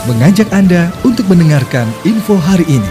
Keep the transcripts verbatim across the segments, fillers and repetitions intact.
mengajak Anda untuk mendengarkan info hari ini.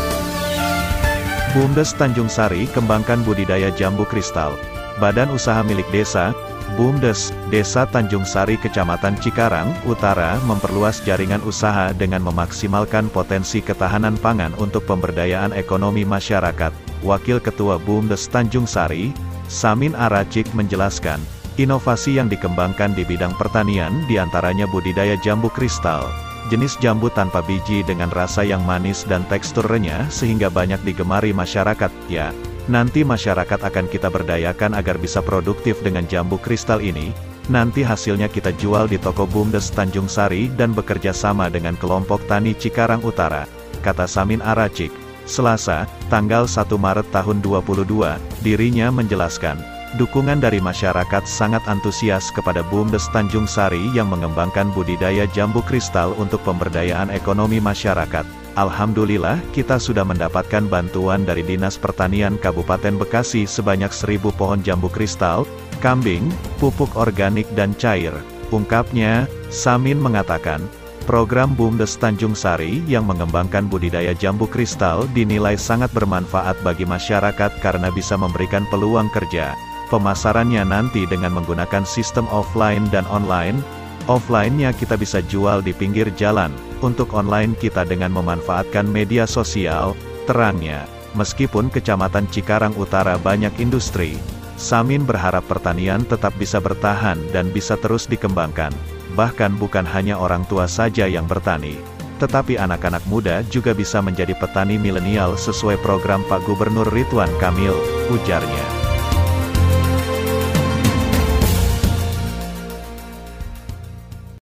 BUMDes Tanjung Sari kembangkan budidaya jambu kristal. Badan Usaha Milik Desa, BUMDes, Desa Tanjung Sari Kecamatan Cikarang Utara memperluas jaringan usaha dengan memaksimalkan potensi ketahanan pangan untuk pemberdayaan ekonomi masyarakat. Wakil Ketua BUMDes Tanjung Sari, Samin Aracik menjelaskan, inovasi yang dikembangkan di bidang pertanian diantaranya budidaya jambu kristal, jenis jambu tanpa biji dengan rasa yang manis dan tekstur renyah sehingga banyak digemari masyarakat. Ya, nanti masyarakat akan kita berdayakan agar bisa produktif dengan jambu kristal ini. Nanti hasilnya kita jual di toko BUMDes Tanjung Sari dan bekerja sama dengan kelompok tani Cikarang Utara, kata Samin Aracik. Selasa, tanggal satu Maret tahun dua ribu dua puluh dua, dirinya menjelaskan, dukungan dari masyarakat sangat antusias kepada BUMDes Tanjung Sari yang mengembangkan budidaya jambu kristal untuk pemberdayaan ekonomi masyarakat. Alhamdulillah, kita sudah mendapatkan bantuan dari Dinas Pertanian Kabupaten Bekasi sebanyak seribu pohon jambu kristal, kambing, pupuk organik dan cair, ungkapnya. Samin mengatakan, program BUMDes Tanjung Sari yang mengembangkan budidaya jambu kristal dinilai sangat bermanfaat bagi masyarakat karena bisa memberikan peluang kerja. Pemasarannya nanti dengan menggunakan sistem offline dan online. Offline-nya kita bisa jual di pinggir jalan, untuk online kita dengan memanfaatkan media sosial, terangnya. Meskipun Kecamatan Cikarang Utara banyak industri, Samin berharap pertanian tetap bisa bertahan dan bisa terus dikembangkan. Bahkan bukan hanya orang tua saja yang bertani, tetapi anak-anak muda juga bisa menjadi petani milenial sesuai program Pak Gubernur Ridwan Kamil, ujarnya.